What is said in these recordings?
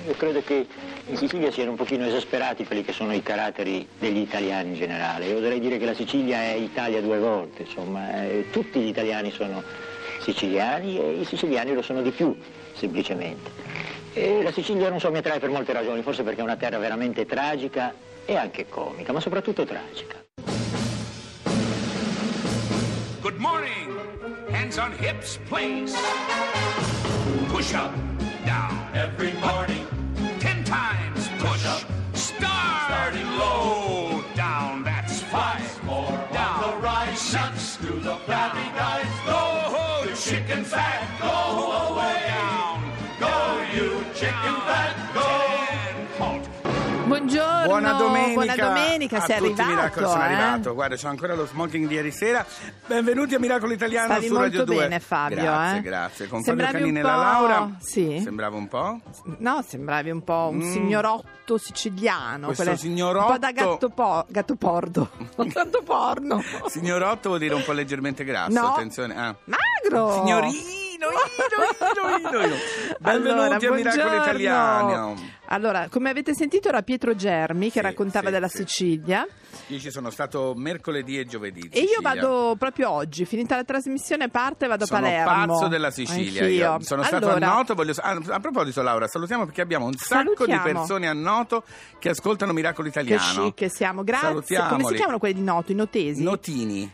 Io credo che in Sicilia siano un pochino esasperati quelli che sono i caratteri degli italiani in generale. Io oserei dire che la Sicilia è Italia 2 volte, insomma, tutti gli italiani sono siciliani e i siciliani lo sono di più, semplicemente. E la Sicilia, non so, mi attrae per molte ragioni, forse perché è una terra veramente tragica e anche comica, ma soprattutto tragica. Good morning. Hands on hips, please. Push up, down. Every morning. 10 times. Push up. Starting low. Down, that's 5. More down. On the rise. 6. Through the flabby guys. Go, the chicken fat. Go away. Down. Go, you chicken fat. Go. 10. Halt. Buongiorno, buona domenica, sei tutti, arrivato. Miracolo, sono arrivato. Guarda, c'ho ancora lo smoking di ieri sera. Benvenuti a Miracolo Italiano. Stavi su Radio molto 2. bene, Fabio. Grazie. Con Sembravi Fabio Canini e un la po'... Laura. Sì. Sembrava un po'? No, sembravi un po' un signorotto siciliano. Questo signorotto... Un po' da gatto porno. Signorotto vuol dire un po' leggermente grasso, No. attenzione. Magro! Signorino. Benvenuti a Miracolo Italiano. Allora, come avete sentito era Pietro Germi che raccontava della Sicilia. Io ci sono stato mercoledì e giovedì. E io vado proprio oggi, finita la trasmissione parte e vado a Palermo. Sono pazzo della Sicilia. Anch'io. Io sono stato a Noto. A proposito, Laura, salutiamo perché abbiamo un sacco di persone a Noto che ascoltano Miracolo Italiano. Che chic che siamo, grazie. Salutiamoli. Come si chiamano quelli di Noto? I notesi? Notini.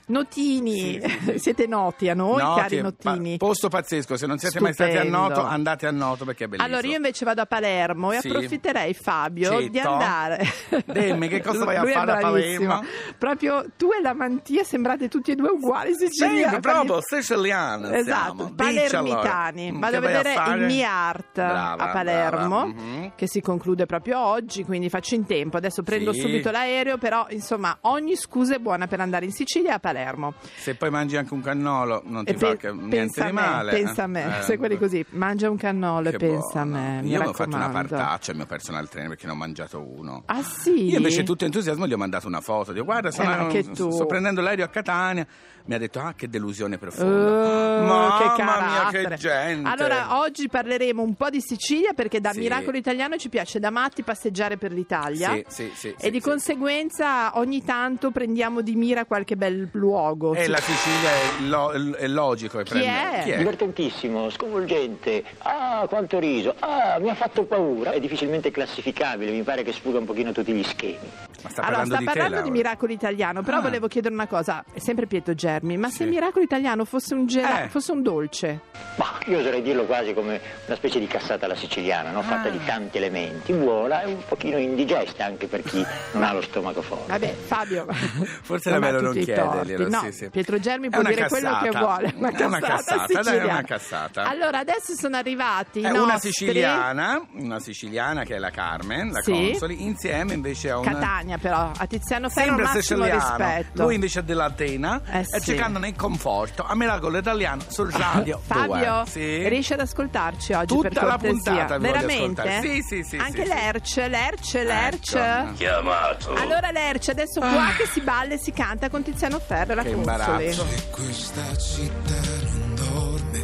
Sì. Siete noti a noi, cari notini. Posto pazzesco, se non siete Stupendo. mai stati a Noto, andate a Noto perché è bellissimo. Allora io invece vado a Palermo e approfitterei, Fabio, di andare. Dimmi che cosa vai a Lui fare a Palermo? Proprio tu e la mantia sembrate tutti e due uguali siciliani. Sì, proprio siciliano. Esatto, palermitani. Allora. Vado a vedere il Mi Art a Palermo, Mm-hmm. che si conclude proprio oggi, quindi faccio in tempo. Adesso prendo subito l'aereo, però insomma ogni scusa è buona per andare in Sicilia e a Palermo. Se poi mangi anche un cannolo non ti fa niente di male. Pensa a me, se quelli così, mangia un cannolo e pensa buono. a me. Io ho fatto una partaccia al mio personal trainer perché ne ho mangiato uno. Ah sì? Io invece tutto entusiasmo gli ho mandato una foto. Dico, guarda, sto prendendo l'aereo a Catania. Mi ha detto, che delusione profonda. Mamma mia, che gente. Allora, oggi parleremo un po' di Sicilia perché da Miracolo Italiano ci piace da matti passeggiare per l'Italia. Sì, e di conseguenza ogni tanto prendiamo di mira qualche bel luogo. E la Sicilia è logico. Chi è? Divertentissimo, sconvolgente. Quanto riso. Mi ha fatto paura. È difficilmente classificabile, mi pare che sfuga un pochino tutti gli schemi. Ma sta parlando di Miracolo Italiano, però volevo chiedere una cosa, è sempre Pietro Germi, ma se il Miracolo Italiano fosse un fosse un dolce? Ma io oserei dirlo quasi come una specie di cassata alla siciliana, no? Fatta di tanti elementi, buona e un pochino indigesta anche per chi non ha lo stomaco forte. Vabbè, Fabio, forse era meglio non chiederglielo. No, Pietro Germi può dire quello che vuole. È una cassata. Allora, adesso sono arrivati una siciliana che è la Carmen, la Consoli, insieme invece a una Catania, però a Tiziano Ferro massimo rispetto. Lui invece è dell'Atena e cercando nel conforto a Miracolo Italiano sul radio. Fabio, 2. riesci ad ascoltarci oggi? Tutta per cortesia? la puntata veramente? Sì. Anche Lerce. Chiamato. Allora Lerce, adesso qua che si balla e si canta con Tiziano Ferro e la che Consoli. imbarazzo. Se questa città non dorme,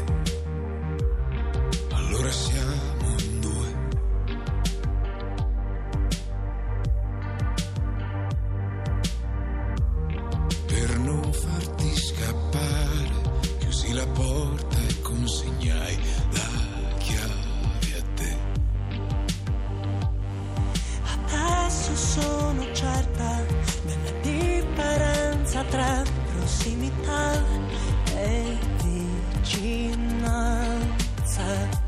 allora siamo in due. Per non farti scappare, chiusi la porta e consegnai la chiave a te. Adesso sono certa della differenza tra prossimità e vicinanza.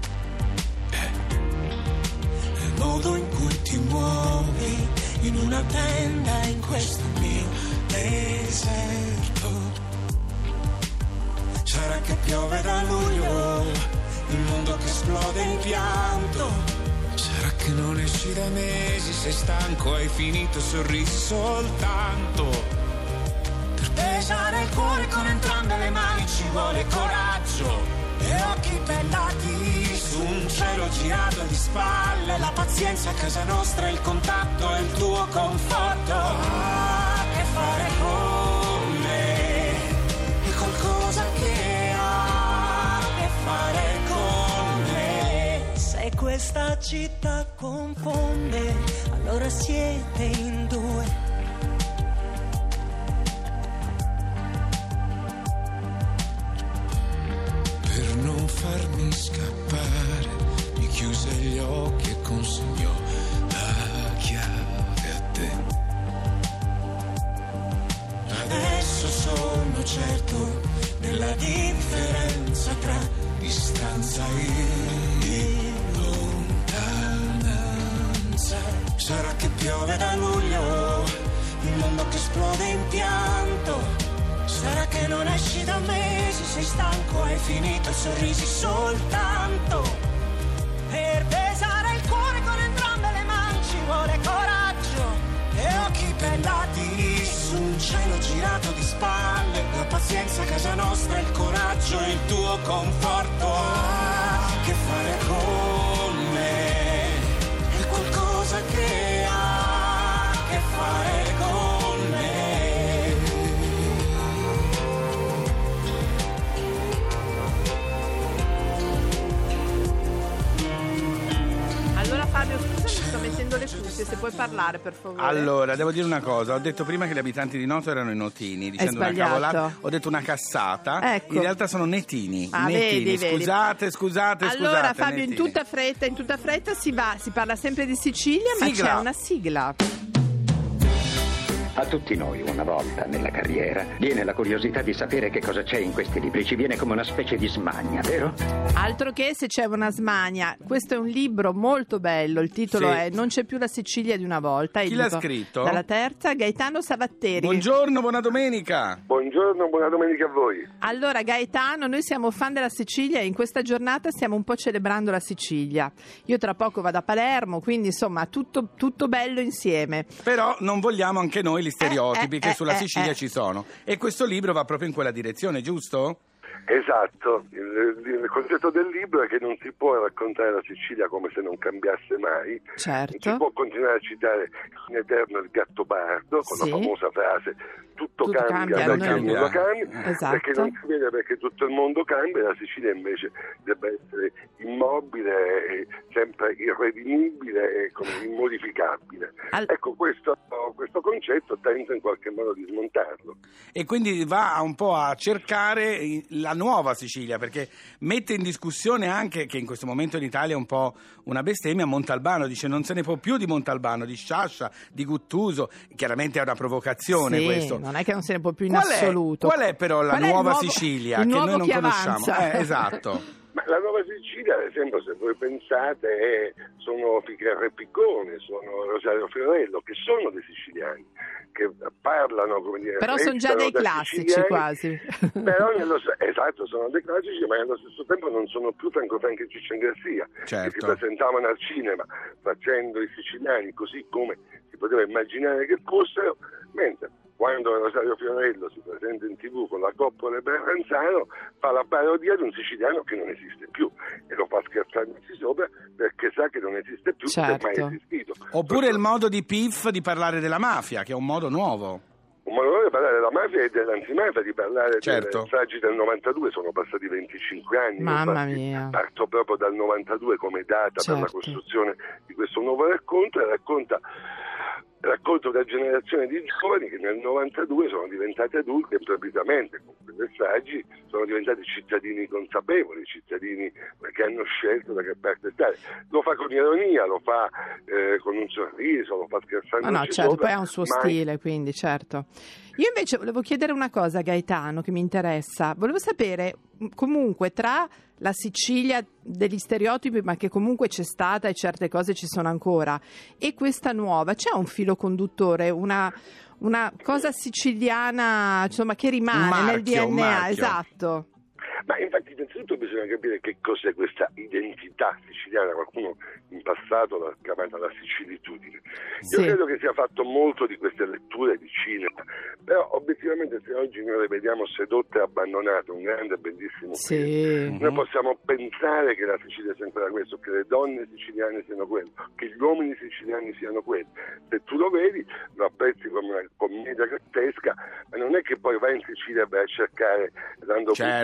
Nel modo in cui ti muovi in una tenda in questo mio deserto. Sarà che piove da luglio, il mondo che esplode in pianto. Sarà che non esci da mesi, sei stanco, hai finito, sorrisi soltanto. Per pesare il cuore con entrambe le mani ci vuole coraggio e occhi bellati su un cielo girato di spalle. La pazienza a casa nostra, il contatto e il tuo conforto. Che fare con me è qualcosa che ha a che fare con me. Se questa città confonde, allora siete in due. Per non farmi scappare, mi chiuse gli occhi e consegnò la chiave a te. Adesso sono certo della differenza tra distanza e lontananza. Sarà che piove da luglio, il mondo che esplode in pianto. Sarà che non esci da mesi, sei stanco, hai finito i sorrisi soltanto. Per pesare il cuore con entrambe le mani ci vuole coraggio e occhi bendati su un cielo girato di spalle. La pazienza a casa nostra, il coraggio e il tuo conforto ha a che fare con me. È qualcosa che ha a che fare con me. Allora Fabio, scusa, mi sto mettendo le cuffie, se puoi parlare per favore. Allora, devo dire una cosa, ho detto prima che gli abitanti di Noto erano i notini, dicendo una cavolata, ho detto una cassata, ecco. In realtà sono nettini. Vedi. Scusate. Allora Fabio, nettini. in tutta fretta si parla sempre di Sicilia, ma c'è una sigla. A tutti noi una volta nella carriera viene la curiosità di sapere che cosa c'è in questi libri, ci viene come una specie di smania, vero? Altro che se c'è una smania. Questo è un libro molto bello, il titolo è Non c'è più la Sicilia di una volta. Chi l'ha scritto? Dalla Terza, Gaetano Savatteri. Buongiorno, buona domenica. Buongiorno, buona domenica a voi. Allora Gaetano, noi siamo fan della Sicilia e in questa giornata stiamo un po' celebrando la Sicilia. Io tra poco vado a Palermo, quindi insomma tutto bello insieme. Però non vogliamo anche noi gli stereotipi che sulla Sicilia ci sono, e questo libro va proprio in quella direzione, giusto? Esatto, il concetto del libro è che non si può raccontare la Sicilia come se non cambiasse mai. Certo. Non si può continuare a citare in eterno il Gattopardo con la famosa frase tutto cambia, noi non cambia, esatto. Perché non si vede, perché tutto il mondo cambia e la Sicilia invece deve essere immobile, sempre irredimibile e immodificabile. Ecco, questo concetto tenta in qualche modo di smontarlo. E quindi va un po' a cercare la nuova Sicilia, perché mette in discussione anche, che in questo momento in Italia è un po' una bestemmia, Montalbano, dice non se ne può più di Montalbano, di Sciascia, di Guttuso, chiaramente è una provocazione questo. Non è che non se ne può più in assoluto. Qual è però la nuova Sicilia che noi non conosciamo? Esatto. Ma la nuova Sicilia, ad esempio, se voi pensate, sono Ficarra e Piccone, sono Rosario Fiorello, che sono dei siciliani, che parlano, come dire... Però sono già dei classici quasi. Però esatto, sono dei classici, ma allo stesso tempo non sono più Franco Franchi e Ciccian Garcia, che si presentavano al cinema facendo i siciliani così come si poteva immaginare che fossero, mentre quando Rosario Fiorello si presenta in TV con la Coppola e Berranzano fa la parodia di un siciliano che non esiste più e lo fa scherzarsi sopra perché sa che non esiste più, non è mai esistito. Oppure il modo di Piff di parlare della mafia, che è un modo nuovo. Un modo nuovo di parlare della mafia e dell'antimafia, di parlare delle stragi del 92, sono passati 25 anni. Mamma mia. Parto proprio dal 92 come data per la costruzione di questo nuovo racconto, e racconto da generazione di giovani che nel 92 sono diventati adulti improvvisamente, con quelle stragi sono diventati cittadini consapevoli, cittadini che hanno scelto da che parte stare. Lo fa con ironia, lo fa con un sorriso, lo fa scherzando. No, certo, poi ha un suo stile, quindi certo. Io invece volevo chiedere una cosa, Gaetano, che mi interessa. Volevo sapere, comunque, tra la Sicilia degli stereotipi, ma che comunque c'è stata e certe cose ci sono ancora, e questa nuova, c'è un filo conduttore, una cosa siciliana, insomma, che rimane nel DNA, esatto. Ma infatti innanzitutto bisogna capire che cos'è questa identità siciliana, qualcuno in passato l'ha chiamata la sicilitudine. Io credo che sia fatto molto di queste letture di cinema, però obiettivamente se oggi noi le vediamo sedotte e abbandonate, un grande e bellissimo film, noi possiamo pensare che la Sicilia sia ancora questo, che le donne siciliane siano quello, che gli uomini siciliani siano quelli. Se tu lo vedi, lo apprezzi come una commedia grottesca, ma non è che poi vai in Sicilia e vai a cercare, dando anche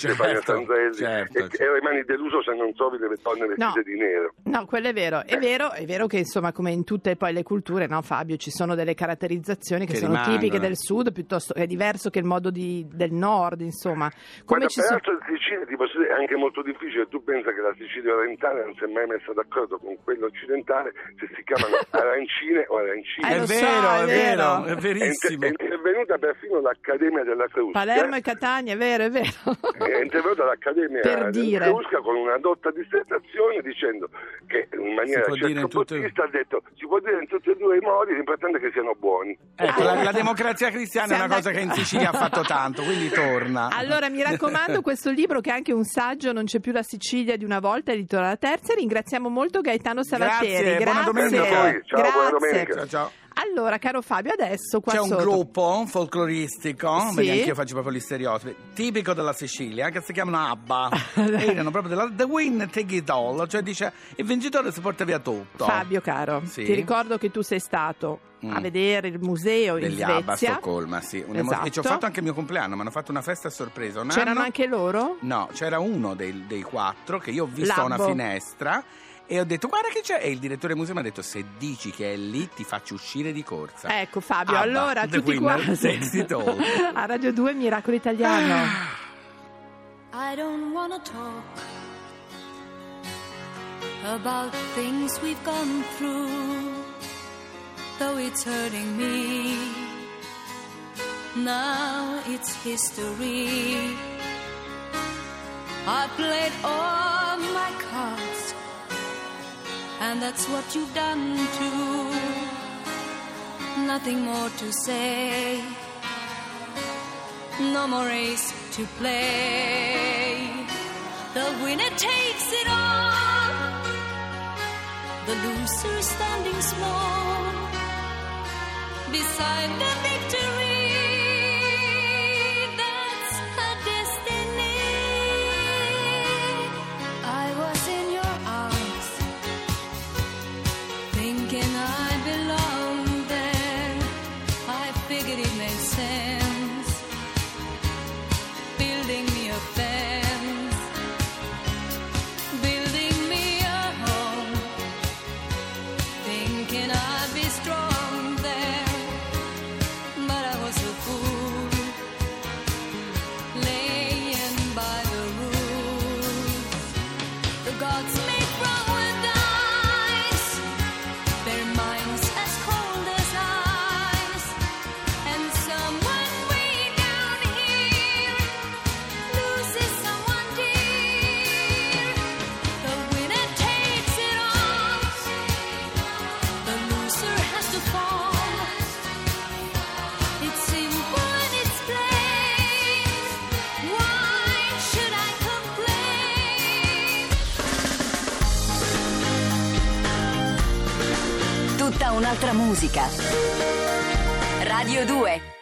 Stefania Sanzelli, e rimani deluso se non trovi le donne vestite di nero. No, quello è vero. È vero che insomma, come in tutte poi le culture, no Fabio, ci sono delle caratterizzazioni che sono tipiche del sud, piuttosto è diverso che il modo del nord, insomma. Come peraltro in Sicilia è anche molto difficile. Tu pensa che la Sicilia orientale non si è mai messa d'accordo con quella occidentale se si chiamano arancine o arancine. È vero, è verissimo. È intervenuta perfino l'Accademia della Crusca. Palermo e Catania, è vero. È intervenuta l'Accademia della Crusca con una dotta dissertazione dicendo che in maniera cercobottista ha detto si può dire in tutti e due i modi, l'importante è che siano buoni. Ecco, la democrazia cristiana è una cosa che in Sicilia ha fatto tanto, quindi torna. Allora mi raccomando questo libro, che è anche un saggio, Non c'è più la Sicilia di una volta, editore La Terza. Ringraziamo molto Gaetano Savateri. Buona domenica. Ciao, buona domenica. Ciao. Allora, caro Fabio, adesso qua c'è sotto un gruppo folcloristico, sì. Vedi, anche io faccio proprio gli stereotipi, tipico della Sicilia, che si chiamano ABBA. Erano proprio della The Win Take It All, cioè dice il vincitore si porta via tutto. Fabio, caro, ti ricordo che tu sei stato a vedere il museo degli in Svezia. ABBA a Stoccolma, sì. Esatto. E ci ho fatto anche il mio compleanno, mi hanno fatto una festa a sorpresa. C'erano anche loro? No, c'era uno dei 4 che io ho visto a una finestra. E ho detto guarda che c'è, e il direttore del museo mi ha detto se dici che è lì ti faccio uscire di corsa. Ecco Fabio, ABBA, allora The tutti quanti a Radio 2 Miracolo Italiano. I don't wanna talk about things we've gone through, though it's hurting me. Now it's history. I played all my cards, and that's what you've done too. Nothing more to say, no more race to play. The winner takes it all, the loser standing small beside the victory. That's her destiny. I was in your arms, thinking I belonged there. I figured it made sense, building me a fence, building me a home, thinking I'd be strong there. But I was a fool, laying by the rules. The gods make wrong with eyes, their minds as cold as ice, and someone way down here loses someone dear. The winner takes it all, the loser has to fall. It's simple and it's plain, why should I complain? Tutta un'altra musica. Radio 2.